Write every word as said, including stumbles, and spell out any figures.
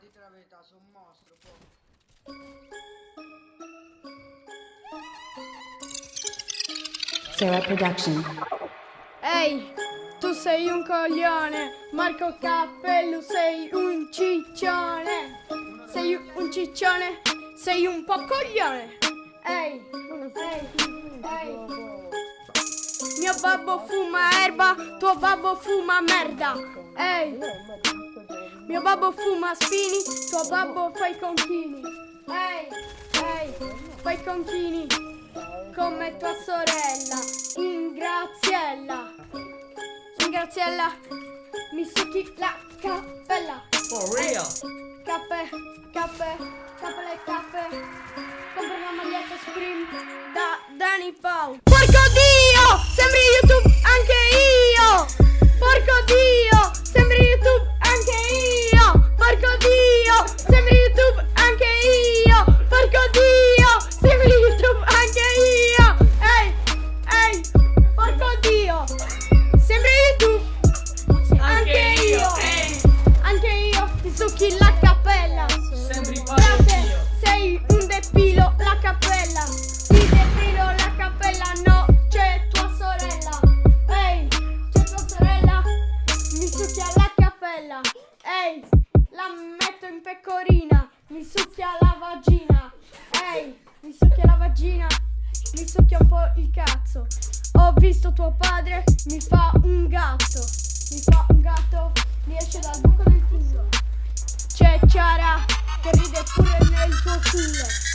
dite la verità, sono un mostro, po'. Sarah Production. Ehi, tu sei un coglione, Marco Cappello sei un ciccione. Sei un ciccione, sei un po' coglione. Ehi, ehi, ehi. Mio babbo fuma erba, tuo babbo fuma merda. Ehi, mio babbo fuma spini, tuo babbo fa i conchini. Ehi, ehi, fai i conchini come tua sorella. Ingraziella, Ingraziella, mi succhi la cappella. For real? Cappe, cappe, cappe le cappe. Compra una maglietta Supreme da Danny Pau. Porco Dio, sembri YouTube anche io. Porco Dio, sembri YouTube anche io. Porco Dio, sembri YouTube anche io. Porco Dio, sembri YouTube anche io. Ehi, ehi, porco Dio, sembri YouTube anche io. Ehi, Anche io ti succhi la cappella. sembri Frate, parecchio. sei un depilo la cappella. Ti depilo la cappella, no, c'è tua sorella. Ehi, c'è tua sorella, mi succhia la cappella. Ehi, la metto in pecorina, mi succhia la vagina. Ehi, mi succhia la vagina, mi succhia un po' il cazzo. Ho visto tuo padre, mi fa un gatto. Mi fa un gatto, mi esce dal buco del culo. C'è Ciara che ride pure nel tuo culo.